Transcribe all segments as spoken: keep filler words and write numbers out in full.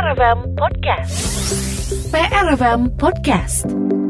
R F M Podcast. P R F M Podcast.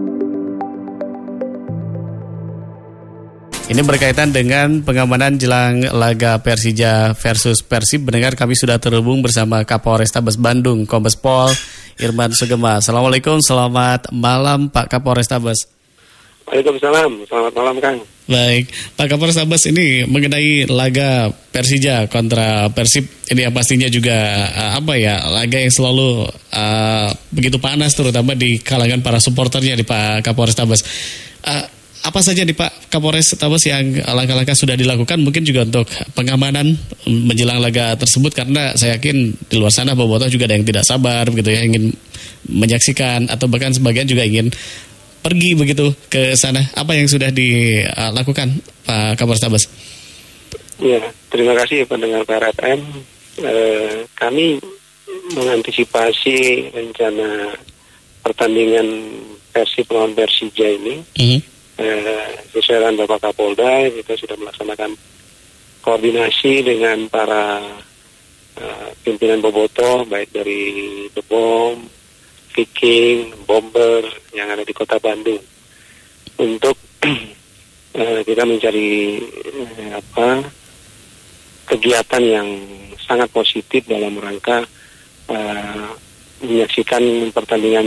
Ini berkaitan dengan pengamanan jelang laga Persija versus Persib. Mendengar kami sudah terhubung bersama Kapolrestabes Bandung, Kombes Pol Irman Sugema. Assalamualaikum, selamat malam Pak Kapolrestabes. Waalaikumsalam, selamat malam Kang. Baik, Pak Kapolrestabes, ini mengenai laga Persija kontra Persib, ini yang pastinya juga uh, apa ya, laga yang selalu uh, begitu panas, terutama di kalangan para supporternya di Pak Kapolrestabes. Uh, Apa saja nih Pak Kapolrestabes yang langkah-langkah sudah dilakukan mungkin juga untuk pengamanan menjelang laga tersebut, karena saya yakin di luar sana bobotoh juga ada yang tidak sabar begitu ya, ingin menyaksikan atau bahkan sebagian juga ingin pergi begitu ke sana. Apa yang sudah dilakukan Pak Kapolrestabes? Ya, terima kasih pendengar P R F M. Eh, kami mengantisipasi rencana pertandingan Persib melawan Persija ini. Mm-hmm. Eh, sesuai dengan Bapak Kapolda, kita sudah melaksanakan koordinasi dengan para uh, pimpinan bobotoh, baik dari The Bomb, Viking, Bomber yang ada di Kota Bandung, untuk uh, kita mencari uh, apa kegiatan yang sangat positif dalam rangka uh, menyaksikan pertandingan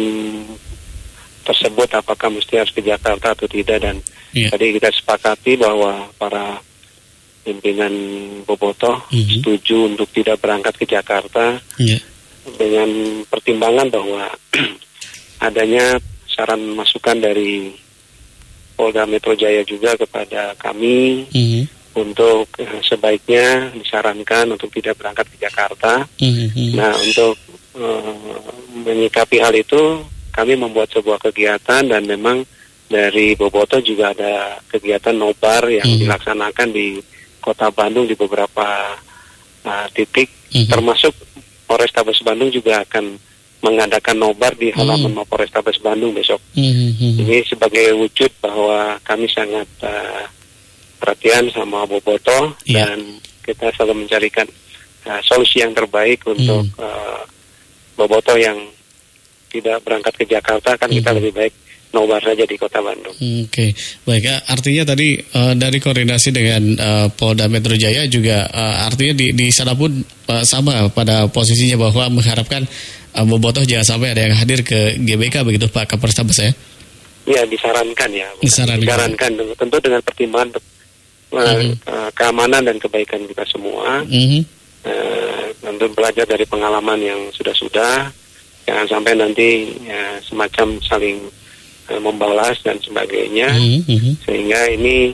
tersebut, apakah mesti harus ke Jakarta atau tidak. Dan yeah. tadi kita sepakati bahwa para pimpinan bobotoh mm-hmm. setuju untuk tidak berangkat ke Jakarta yeah. dengan pertimbangan bahwa adanya saran masukan dari Polda Metro Jaya juga kepada kami mm-hmm. untuk uh, sebaiknya disarankan untuk tidak berangkat ke Jakarta. Mm-hmm. Nah, untuk uh, menyikapi hal itu, kami membuat sebuah kegiatan, dan memang dari bobotoh juga ada kegiatan nobar yang mm-hmm. dilaksanakan di Kota Bandung di beberapa uh, titik, mm-hmm. termasuk Polrestabes Bandung juga akan mengadakan nobar di halaman mm-hmm. Polrestabes Bandung besok. Mm-hmm. Ini sebagai wujud bahwa kami sangat uh, perhatian sama bobotoh yeah. dan kita selalu mencarikan uh, solusi yang terbaik untuk mm-hmm. uh, bobotoh yang tidak berangkat ke Jakarta, kan kita mm-hmm. lebih baik nobar saja di Kota Bandung. Oke, okay. Baik. Artinya tadi uh, dari koordinasi dengan uh, Polda Metro Jaya juga uh, artinya di, di sana pun uh, sama pada posisinya bahwa mengharapkan uh, bobotoh jangan sampai ada yang hadir ke G B K begitu Pak Kapolrestabes ya? Ya, disarankan ya. Disarankan. Disarankan tentu dengan pertimbangan uh, mm-hmm. uh, keamanan dan kebaikan kita semua. Mm-hmm. Uh, tentu belajar dari pengalaman yang sudah-sudah. Jangan sampai nanti ya, semacam saling uh, membalas dan sebagainya, mm-hmm. sehingga ini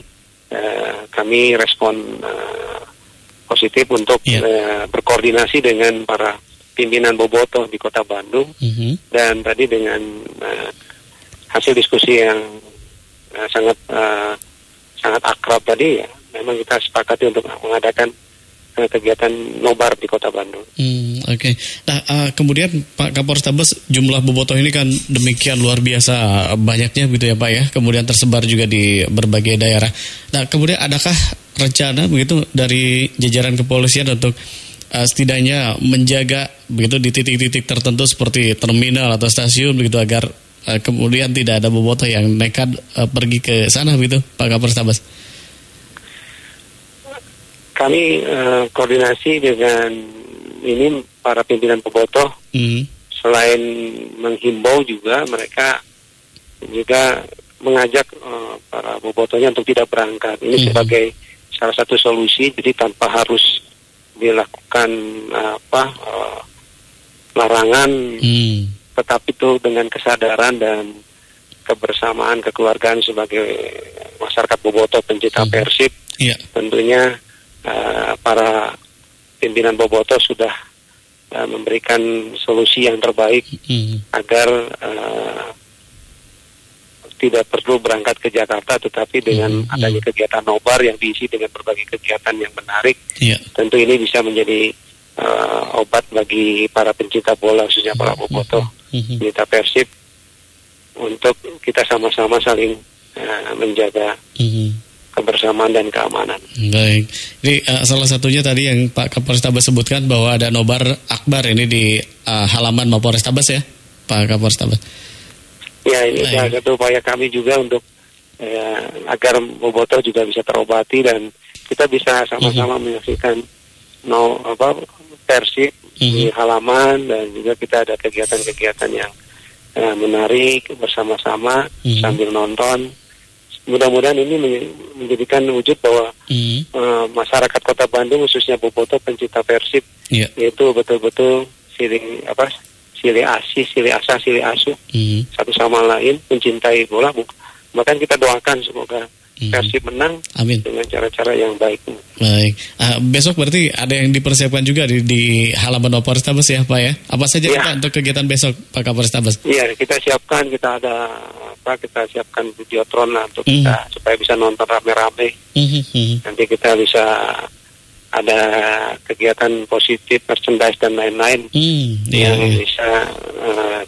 uh, kami respon uh, positif untuk yeah. uh, berkoordinasi dengan para pimpinan bobotoh di Kota Bandung, mm-hmm. dan tadi dengan uh, hasil diskusi yang uh, sangat uh, sangat akrab tadi, ya, memang kita sepakati untuk mengadakan kegiatan nobar di Kota Bandung. Hmm, Oke. Okay. Nah, uh, kemudian Pak Kapolrestabes, jumlah bobotoh ini kan demikian luar biasa banyaknya begitu ya Pak ya. Kemudian tersebar juga di berbagai daerah. Nah, kemudian adakah rencana begitu dari jajaran kepolisian untuk uh, setidaknya menjaga begitu di titik-titik tertentu seperti terminal atau stasiun begitu, agar uh, kemudian tidak ada bobotoh yang nekat uh, pergi ke sana begitu Pak Kapolrestabes? Kami uh, koordinasi dengan ini para pimpinan bobotoh, mm. selain menghimbau juga mereka juga mengajak uh, para bobotohnya untuk tidak berangkat. Ini mm. sebagai salah satu solusi, jadi tanpa harus dilakukan uh, apa uh, larangan, mm. tetapi itu dengan kesadaran dan kebersamaan kekeluargaan sebagai masyarakat bobotoh pencinta mm. Persib, yeah. tentunya Uh, para pimpinan bobotoh sudah uh, memberikan solusi yang terbaik mm. agar uh, tidak perlu berangkat ke Jakarta, tetapi dengan mm. adanya kegiatan nobar yang diisi dengan berbagai kegiatan yang menarik, yeah. tentu ini bisa menjadi uh, obat bagi para pencinta bola, khususnya para bobotoh mm-hmm. pencinta Persib, untuk kita sama-sama saling uh, menjaga mm-hmm. kebersamaan dan keamanan. Baik, jadi uh, salah satunya tadi yang Pak Kapolres Tabas sebutkan bahwa ada nobar akbar ini di uh, halaman Mapolres Tabas ya, Pak Kapolres Tabas. Ya, ini salah satu upaya kami juga untuk eh, agar bobotoh juga bisa terobati dan kita bisa sama-sama uh-huh. menyaksikan no apa Persib uh-huh. di halaman, dan juga kita ada kegiatan-kegiatan yang eh, menarik bersama-sama uh-huh. sambil nonton. Mudah-mudahan ini menjadikan wujud bahwa uh-huh. eh, masyarakat Kota Bandung, khususnya bobotoh pencinta Persib, yeah. yaitu betul-betul silih apa silih asih, silih asah, silih asuh mm. satu sama lain, mencintai bola. Bahkan kita doakan semoga mm. Persib menang. Amin. Dengan cara-cara yang baik. Baik. Uh, besok berarti ada yang dipersiapkan juga di, di halaman Mapolres Tabas ya, Pak ya? Apa saja ya. Pak untuk kegiatan besok, Pak Kapolres Tabas? Iya, kita siapkan, kita ada apa? Kita siapkan videotron lah untuk mm. kita supaya bisa nonton rame-rame. Mm-hmm. Nanti kita bisa ada kegiatan positif, merchandise dan lain-lain hmm, iya, yang iya. bisa uh,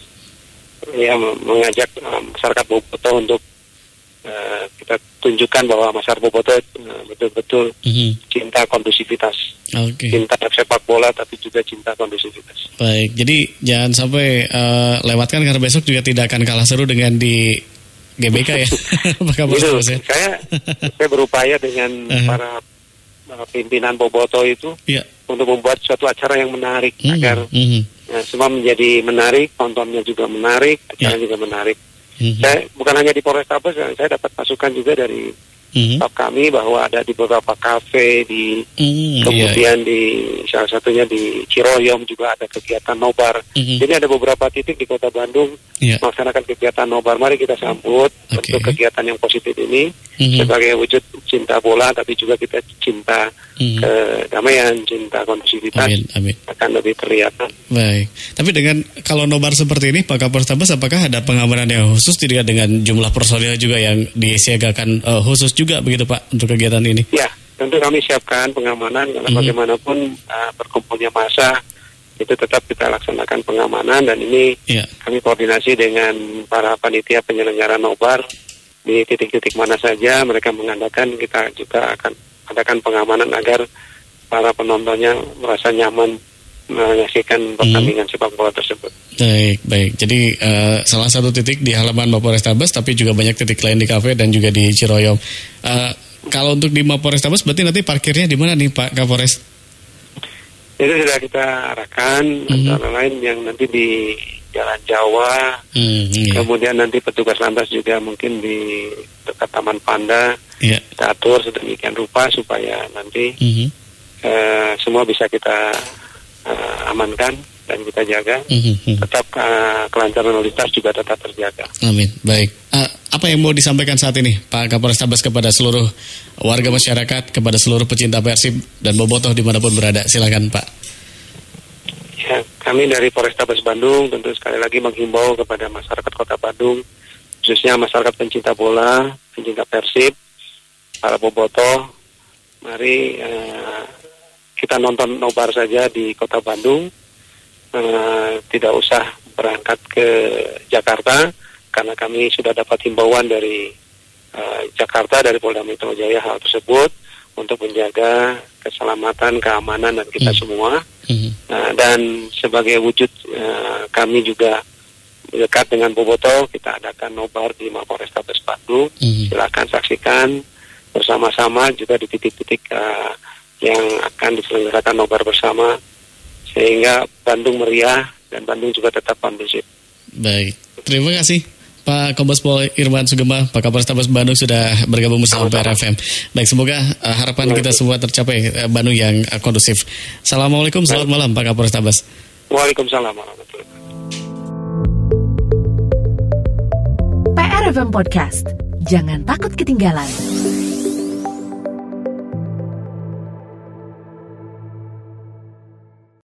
ya mengajak uh, masyarakat bobotoh untuk uh, kita tunjukkan bahwa masyarakat bobotoh uh, betul-betul mm-hmm. cinta kondusivitas, okay. cinta sepak bola, tapi juga cinta kondusivitas. Baik, jadi jangan sampai uh, lewatkan karena besok juga tidak akan kalah seru dengan di G B K ya. Gitu, ya? Saya saya berupaya dengan uh-huh. para pimpinan bobotoh itu yeah. untuk membuat suatu acara yang menarik mm-hmm. agar mm-hmm. Ya, semua menjadi menarik, nontonnya juga menarik, acara yeah. juga menarik. Mm-hmm. Saya bukan hanya di Polres Tabas, saya dapat masukan juga dari mm-hmm. staff kami bahwa ada di beberapa kafe di mm-hmm. kemudian yeah. di salah satunya di Ciroyom juga ada kegiatan nobar. Mm-hmm. Jadi ada beberapa titik di Kota Bandung yeah. melaksanakan kegiatan nobar. Mari kita sambut okay. untuk kegiatan yang positif ini mm-hmm. sebagai wujud cinta bola, tapi juga kita cinta mm-hmm. kedamaian, cinta kondusivitas. Amin, amin. Akan lebih terlihat. Baik. Tapi dengan kalau nobar seperti ini, Pak Kapolres Tabas, apakah ada pengamanan yang khusus tidak dengan jumlah personil juga yang disiagakan uh, khusus juga begitu Pak untuk kegiatan ini? Ya, tentu kami siapkan pengamanan karena mm-hmm. bagaimanapun uh, berkumpulnya massa itu tetap kita laksanakan pengamanan, dan ini yeah. kami koordinasi dengan para panitia penyelenggara nobar di titik-titik mana saja mereka mengadakan, kita juga akan adakan pengamanan agar para penontonnya merasa nyaman menyaksikan pertandingan hmm. sepak bola tersebut. Baik, baik. Jadi uh, salah satu titik di halaman Mapolres Tabas, tapi juga banyak titik lain di kafe dan juga di Ciroyom. Uh, kalau untuk di Mapolres Tabas, berarti nanti parkirnya di mana nih Pak Kapolres? Itu sudah kita arahkan, hmm. antara lain yang nanti di Jalan Jawa, hmm, iya. kemudian nanti petugas lantas juga mungkin di dekat Taman Panda, yeah. kita atur sedemikian rupa supaya nanti mm-hmm. uh, semua bisa kita uh, amankan dan kita jaga, mm-hmm. tetap uh, kelancaran lalu lintas juga tetap terjaga. Amin. Baik. Uh, apa yang mau disampaikan saat ini Pak Kapolres Tabas kepada seluruh warga masyarakat, kepada seluruh pecinta Persib dan bobotoh dimanapun berada? Silakan Pak. Ya, kami dari Polres Tabas Bandung tentu sekali lagi menghimbau kepada masyarakat Kota Bandung, khususnya masyarakat pencinta bola, pencinta Persib, para bobotoh, mari uh, kita nonton nobar saja di Kota Bandung, uh, tidak usah berangkat ke Jakarta, karena kami sudah dapat himbauan dari uh, Jakarta, dari Polda Metro Jaya hal tersebut, untuk menjaga keselamatan, keamanan dan kita mm. semua. Mm. Nah, dan sebagai wujud uh, kami juga dekat dengan bobotoh, kita adakan nobar di Mapolres Tabas Bandung. Mm. Silakan saksikan bersama-sama juga di titik-titik uh, yang akan diselenggarakan nobar bersama, sehingga Bandung meriah dan Bandung juga tetap kondusif. Baik, terima kasih Pak Kombes Pol Irwan Sugema, Pak Kapolres Tabas Bandung sudah bergabung bersama P R F M. Baik, semoga uh, harapan kita semua tercapai, uh, Bandung yang uh, kondusif. Assalamualaikum, selamat malam Pak Kapolres Tabas. Waalaikumsalam warahmatullahi wabarakatuh. P R F M Podcast, jangan takut ketinggalan.